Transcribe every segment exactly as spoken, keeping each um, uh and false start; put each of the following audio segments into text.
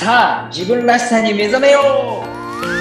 さあ、自分らしさに目覚めよう。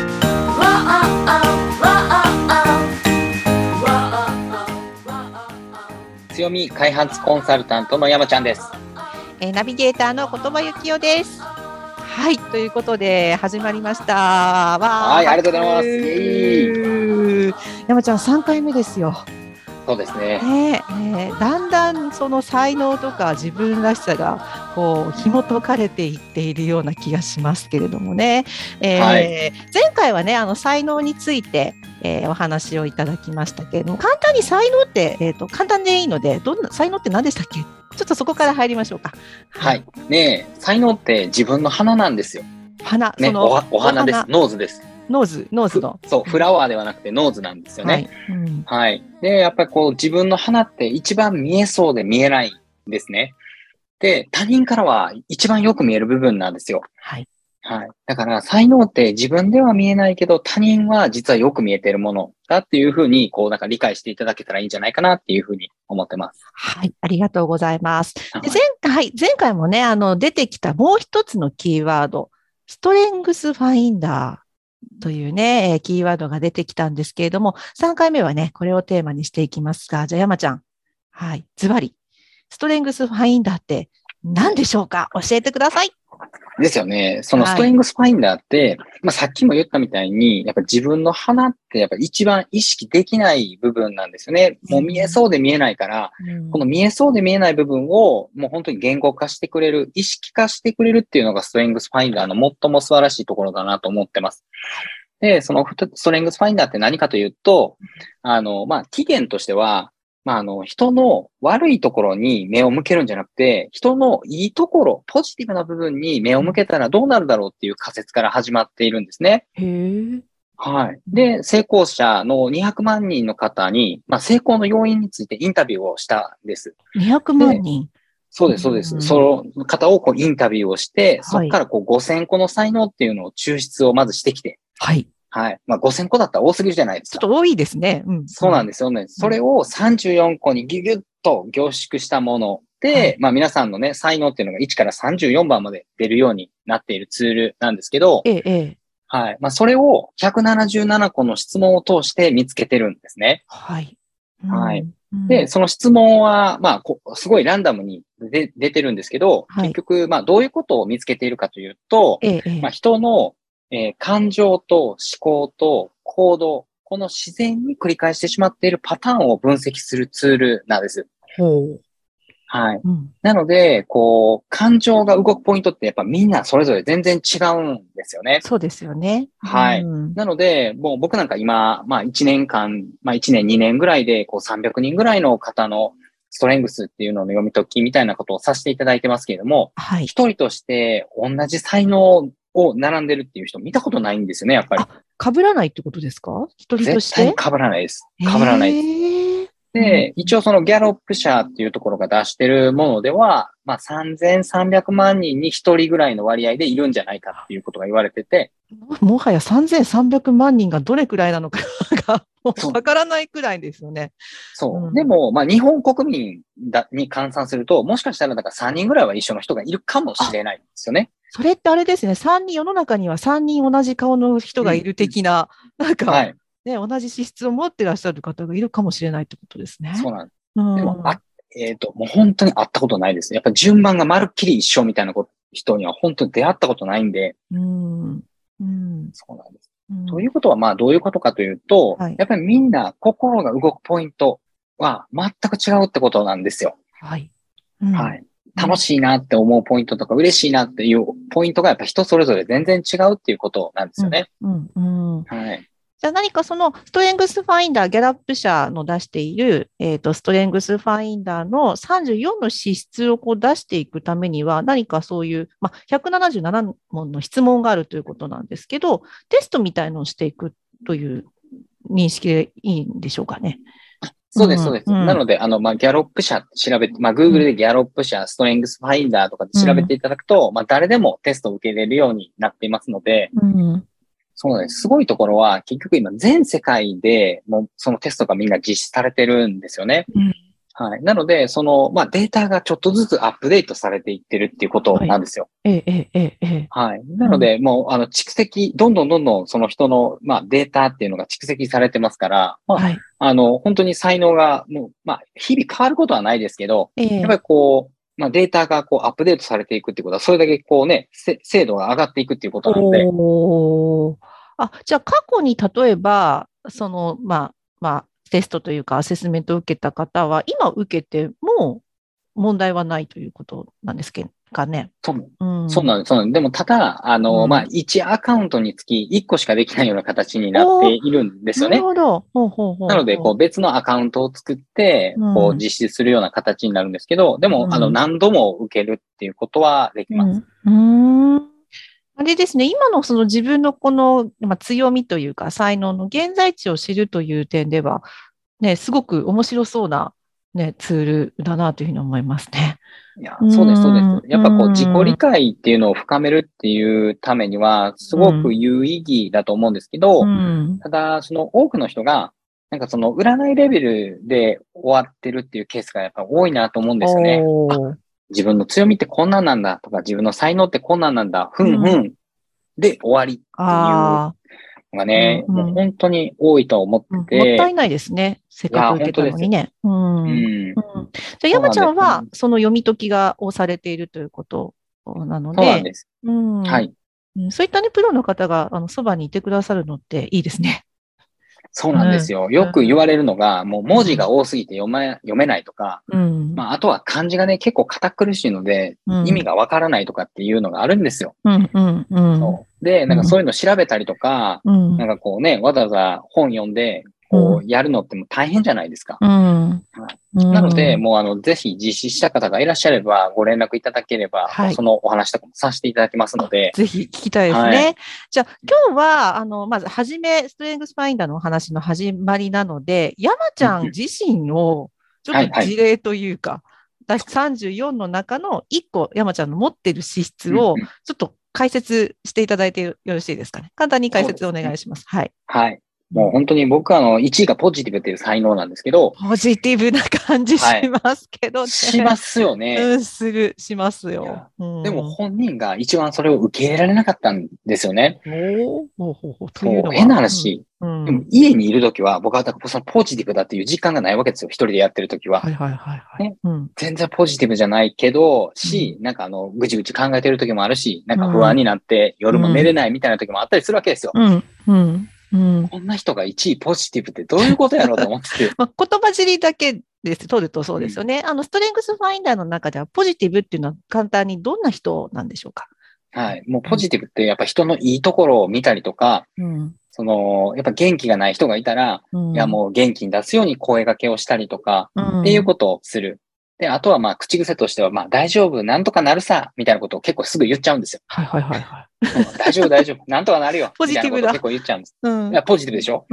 強み開発コンサルタントの山ちゃんです。 えー、ナビゲーターの言葉幸男です。はい、ということで始まりました。わはい、ありがとうございます。イエーイ。 山ちゃんさんかいめですよ。 そうですね。 ねえねえ、だんだんその才能とか自分らしさがこう紐解かれていっているような気がしますけれどもね。えーはい、前回はね、あの才能について、えー、お話をいただきましたけれども、簡単に才能って、えーと、簡単でいいので、どんな才能って何でしたっけ？ちょっとそこから入りましょうか。 はい。ねえ、才能って自分の花なんですよ。 花、 ね、 そのお、お花です。ノーズです。 ノーズ、ノーズの。 そう、フラワーではなくてノーズなんですよね。はい。うん、はい。で、やっぱりこう自分の花って一番見えそうで見えないんですね。で、他人からは一番よく見える部分なんですよ。 はい。 はい。だから才能って自分では見えないけど他人は実はよく見えているものだっていうふうにこうなんか理解していただけたらいいんじゃないかなっていうふうに思ってます。 はい。ありがとうございます。で前回、前回もね、あの出てきたもう一つのキーワード、ストレングスファインダーというね、キーワードが出てきたんですけれども、さんかいめはね、これをテーマにしていきますが、じゃあ山ちゃん。はい。ズバリ。ストレングスファインダーって何でしょうか？教えてください。 ですよね。そのストレングスファインダーって、はい、まあさっきも言ったみたいに、やっぱ自分の花ってやっぱ一番意識できない部分なんですよね。もう見えそうで見えないから、うん、この見えそうで見えない部分をもう本当に言語化してくれる、意識化してくれるっていうのがストレングスファインダーの最も素晴らしいところだなと思ってます。で、そのストレングスファインダーって何かというと、あの、まあ、起源としては、まあ、あの、人の悪いところに目を向けるんじゃなくて、人のいいところ、ポジティブな部分に目を向けたらどうなるだろうっていう仮説から始まっているんですね。 へー。 はい。で、成功者のにひゃくまんにんの方に、まあ、成功の要因についてインタビューをしたんです。 にひゃくまんにん？ そうです、そうです。うん、その方をこうインタビューをして、そこからこうごせんこの才能っていうのを抽出をまずしてきて、 はい。 はい。まあ、ごせんこだったら多すぎるじゃないですか。 ちょっと多いですね。 うん、そうなんですよね。うん、それをさんじゅうよんこにギュギュッと凝縮したもので、はい、まあ皆さんのね、才能っていうのがいちからさんじゅうよんばんまで出るようになっているツールなんですけど、 ええ、 はい。まあそれをひゃくななじゅうななこの質問を通して見つけてるんですね。 はい。 うん、はい。で、その質問は、まあこ、すごいランダムにで出てるんですけど、はい、結局、まあどういうことを見つけているかというと、 ええ、 まあ人のえー、感情と思考と行動、この自然に繰り返してしまっているパターンを分析するツールなんです。 ほう。 はい。うん、なので、こう、感情が動くポイントってやっぱみんなそれぞれ全然違うんですよね。 そうですよね。 はい。うん、なので、もう僕なんか今、まあいちねんかん、まあいちねんにねんぐらいで、こうさんびゃくにんぐらいの方のストレングスっていうのの読み解きみたいなことをさせていただいてますけれども、はい。一人として同じ才能を並んでるっていう人見たことないんですよね、やっぱり。 あ、被らないってことですか？一人として？ 絶対に被らないです。被らないです。で、一応そのギャロップ社っていうところが出してるものでは、まあさんぜんさんびゃくまんにんにひとりぐらいの割合でいるんじゃないかっていうことが言われてて。 もはやさんぜんさんびゃくまんにんがどれくらいなのかがわからないくらいですよね。 そう。うん、でも、まあ日本国民だに換算すると、もしかしたらだからさんにんぐらいは一緒の人がいるかもしれないんですよね。 それってあれですね。さんにん、世の中にはさんにん同じ顔の人がいる的な、うん、なんか、はい、ね、同じ資質を持ってらっしゃる方がいるかもしれないってことですね。 そうなんです。うん、でも、あ、えっ、ー、と、もう本当に会ったことないですね。やっぱ順番がまるっきり一緒みたいな人には本当に出会ったことないんで。 うん。うん。 そうなんです。うん、ということは、まあ、どういうことかというと、はい、やっぱりみんな心が動くポイントは全く違うってことなんですよ。 はい。 うん、はい。楽しいなって思うポイントとか、嬉しいなっていうポイントがやっぱ人それぞれ全然違うっていうことなんですよね。 うん。うん。うん、 はい。 じゃあ何かそのストレングスファインダー、ギャラップ社の出している、えっと、ストレングスファインダーのさんじゅうよんの資質をこう出していくためには、何かそういう、まあ、ひゃくななじゅうなな問の質問があるということなんですけど、テストみたいのをしていくという認識でいいんでしょうかね。 そうです、そうです。うん、なので、あの、まあ、ギャロップ社調べて、まあ、Google でギャロップ社、ストレングスファインダーとかで調べていただくと、うん、まあ、誰でもテストを受けれるようになっていますので、 うんそうなんです。すごいところは、結局今全世界でもうそのテストがみんな実施されてるんですよね。 うん、 はい。なので、その、まあ、データがちょっとずつアップデートされていってるっていうことなんですよ。 はい、ええ、ええ、ええ。 はい。なので、うん、もう、あの、蓄積、どんどんどんどんその人の、まあ、データっていうのが蓄積されてますから、まあ、はい、あの、本当に才能が、もう、まあ、日々変わることはないですけど、ええ、やっぱりこう、まあ、データがこうアップデートされていくっていうことは、それだけこうね、精度が上がっていくっていうことなので。 おー。あ、じゃあ過去に例えば、その、まあ、まあ、テストというかアセスメントを受けた方は、今受けても問題はないということなんですかね。 そう、うん、そうなんです。そうなんです。でも、ただ、あの、うん、まあ、いちアカウントにつきいっこしかできないような形になっているんですよね。 なるほど。ほうほうほう。 なので、こう、別のアカウントを作って、こう、実施するような形になるんですけど、うん、でも、あの、何度も受けるっていうことはできます。 うん、うーん。あれですね、今のその自分のこの、まあ、強みというか、才能の現在地を知るという点では、ね、すごく面白そうな、ね、ツールだなというふうに思いますね。 いや、そうです、そうです。やっぱこう、自己理解っていうのを深めるっていうためには、すごく有意義だと思うんですけど、うん、ただ、その多くの人が、なんかその占いレベルで終わってるっていうケースがやっぱ多いなと思うんですよね。自分の強みってこんなんなんだとか、自分の才能ってこんなんなんだ、ふんふんで終わりっていうのがね、うんうん、もう本当に多いと思ってて、 うん。もったいないですね。せっかく受けたのにね。うん。うん。じゃあ、山ちゃんはその読み解きがをされているということなので、 そうなんです。 うん、はい。そういったね、プロの方があのそばにいてくださるのっていいですね。 そうなんですよ。うん、よく言われるのが、もう文字が多すぎて読め、読めないとか、うん、まあ、あとは漢字がね、結構堅苦しいので、うん、意味がわからないとかっていうのがあるんですよ。うんうんうん、そうで、なんかそういうの調べたりとか、うん、なんかこうね、わざわざ本読んで、こう、やるのっても大変じゃないですか。うんうん、なので、もうあの、ぜひ実施した方がいらっしゃれば、ご連絡いただければ、はい、そのお話とかもさせていただきますので。 ぜひ聞きたいですね。はい、じゃあ、今日は、あの、まず、はじめ、ストレングスファインダーのお話の始まりなので、山ちゃん自身を、ちょっと事例というか、はいはい、さんじゅうよんの中のいっこ、山ちゃんの持っている資質を、ちょっと解説していただいてよろしいですかね。簡単に解説お願いします。すね、はい。 はい。もう本当に僕はあの、いちいがポジティブっていう才能なんですけど。 ポジティブな感じしますけどね。はい、 しますよね。 うん、する、しますよ。 うん、でも本人が一番それを受け入れられなかったんですよね。 おおほほというのは。変な話。うんうん、でも家にいるときは僕はそのポジティブだっていう実感がないわけですよ。一人でやってるときは。 はいはいはい、はいねうん。全然ポジティブじゃないけど、し、うん、なんかあの、ぐちぐち考えてるときもあるし、なんか不安になって夜も寝れないみたいなときもあったりするわけですよ。 うんうんうん、 こんな人がいちいポジティブってどういうことやろうと思って。 まあ、言葉尻だけです取るとそうですよね、うん。あの、ストレングスファインダーの中ではポジティブっていうのは簡単にどんな人なんでしょうか？ はい。もうポジティブってやっぱ人のいいところを見たりとか、うん、その、やっぱ元気がない人がいたら、うん、いやもう元気に出すように声掛けをしたりとか、うん、っていうことをする。で、あとはまあ口癖としては、まあ大丈夫、なんとかなるさ、みたいなことを結構すぐ言っちゃうんですよ。 はいはいはいはい。 うん、大丈夫大丈夫、なんとかなるよ。 ポジティブだ。 みたいなことを結構言っちゃうんです。うん、いやポジティブでしょ、うん、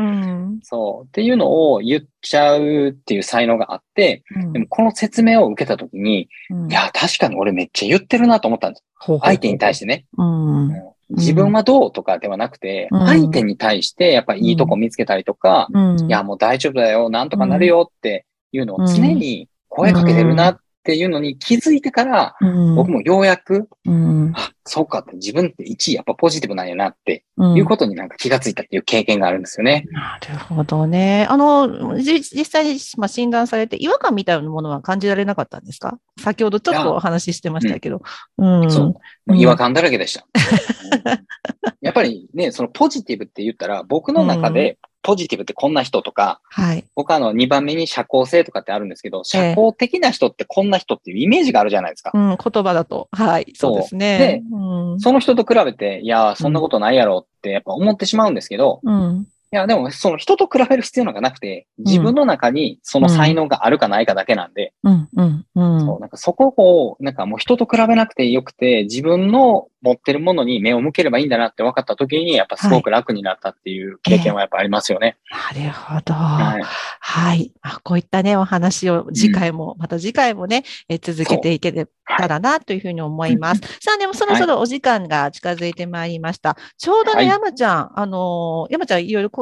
そう。っていうのを言っちゃうっていう才能があって、うん、でもこの説明を受けたときに、うん、いや、確かに俺めっちゃ言ってるなと思ったんです。ほうほうほう相手に対してね。うんうん自分はどうとかではなくて、うん、相手に対してやっぱりいいとこ見つけたりとか、うん、いやもう大丈夫だよ、なんとかなるよっていうのを常に声かけてるなっていうのに気づいてから、うん、僕もようやく、うん、あ、そうかって自分っていちいやっぱポジティブなんやなっていうことになんか気がついたっていう経験があるんですよね。 なるほどね。あの、実際にまあ診断されて違和感みたいなものは感じられなかったんですか？先ほどちょっとお話ししてましたけど。 うんうん、そう。違和感だらけでした。やっぱりね、そのポジティブって言ったら、僕の中でポジティブってこんな人とか、うん、はい、僕はあのにばんめに社交性とかってあるんですけど、社交的な人ってこんな人っていうイメージがあるじゃないですか。 うん、言葉だと。はい、そうですね。 で、うん、その人と比べて、いや、そんなことないやろってやっぱ思ってしまうんですけど、うん、いや、でも、その人と比べる必要なんかなくて、自分の中にその才能があるかないかだけなんで、うんうんうん、そう、なんかそこを、なんかもう人と比べなくてよくて、自分の持ってるものに目を向ければいいんだなって分かった時に、やっぱすごく楽になったっていう経験はやっぱありますよね。 はい、なるほど。はい。はい、あ、こういったね、お話を次回も、うん、また次回もね、え続けていければだなというふうに思います。はい、さあ、でもそろそろお時間が近づいてまいりました。はい、ちょうどね、山ちゃん、あの、山ちゃんいろいろこ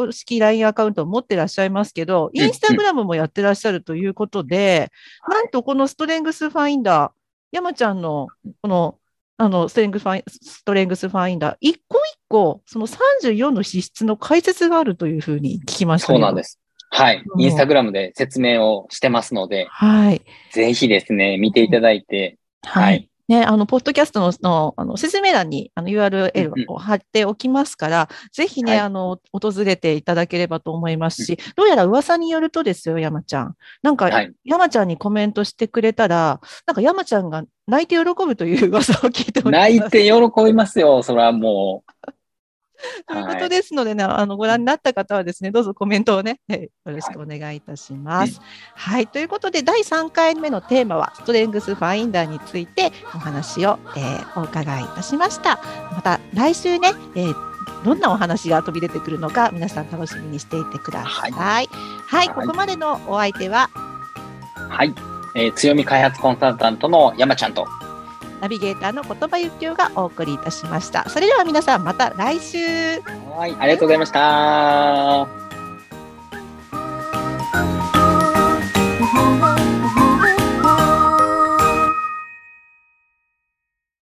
公式 ライン アカウントを持ってらっしゃいますけど、インスタグラムもやってらっしゃるということで、うんうん、なんとこのストレングスファインダー、山ちゃんのこのあのストレングスファイン、ストレングスファインダー、一個一個、そのさんじゅうよんの資質の解説があるというふうに聞きました。 そうなんです。はい。インスタグラムで説明をしてますので、 はい。 ぜひですね、見ていただいて、 うん、はい。はいね、あの、ポッドキャストの、の、あの、説明欄に、あの、ユーアールエル を貼っておきますから、うんうん、ぜひね、はい、あの、訪れていただければと思いますし、うん、どうやら噂によるとですよ、山ちゃん。なんか、はい、山ちゃんにコメントしてくれたら、なんか山ちゃんが泣いて喜ぶという噂を聞いております。 泣いて喜びますよ、それはもう。 ということですのでね、あの、ご覧になった方はですね、どうぞコメントをね、よろしくお願いいたします。はい。はい、ということで、だいさんかいめのテーマは、ストレングスファインダーについてお話を、えー、お伺いいたしました。また来週ね、えー、どんなお話が飛び出てくるのか、皆さん楽しみにしていてください。はい。はい、ここまでのお相手は、 はい。えー、強み開発コンサルタントの山ちゃんと、 ナビゲーターの言葉ゆきおがお送りいたしました。それでは皆さんまた来週。 はい、ありがとうございました。